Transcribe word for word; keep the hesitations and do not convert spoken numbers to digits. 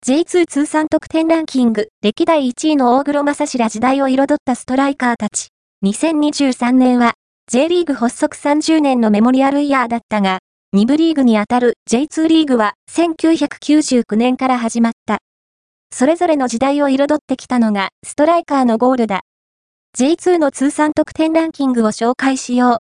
ジェイツー 通算得点ランキング、歴代いちいの大黒正氏ら時代を彩ったストライカーたち。にせんにじゅうさんねんは、J リーグ発足さんじゅうねんのメモリアルイヤーだったが、に部リーグにあたる ジェイツー リーグはせんきゅうひゃくきゅうじゅうきゅうねんから始まった。それぞれの時代を彩ってきたのが、ストライカーのゴールだ。ジェイツー の通算得点ランキングを紹介しよう。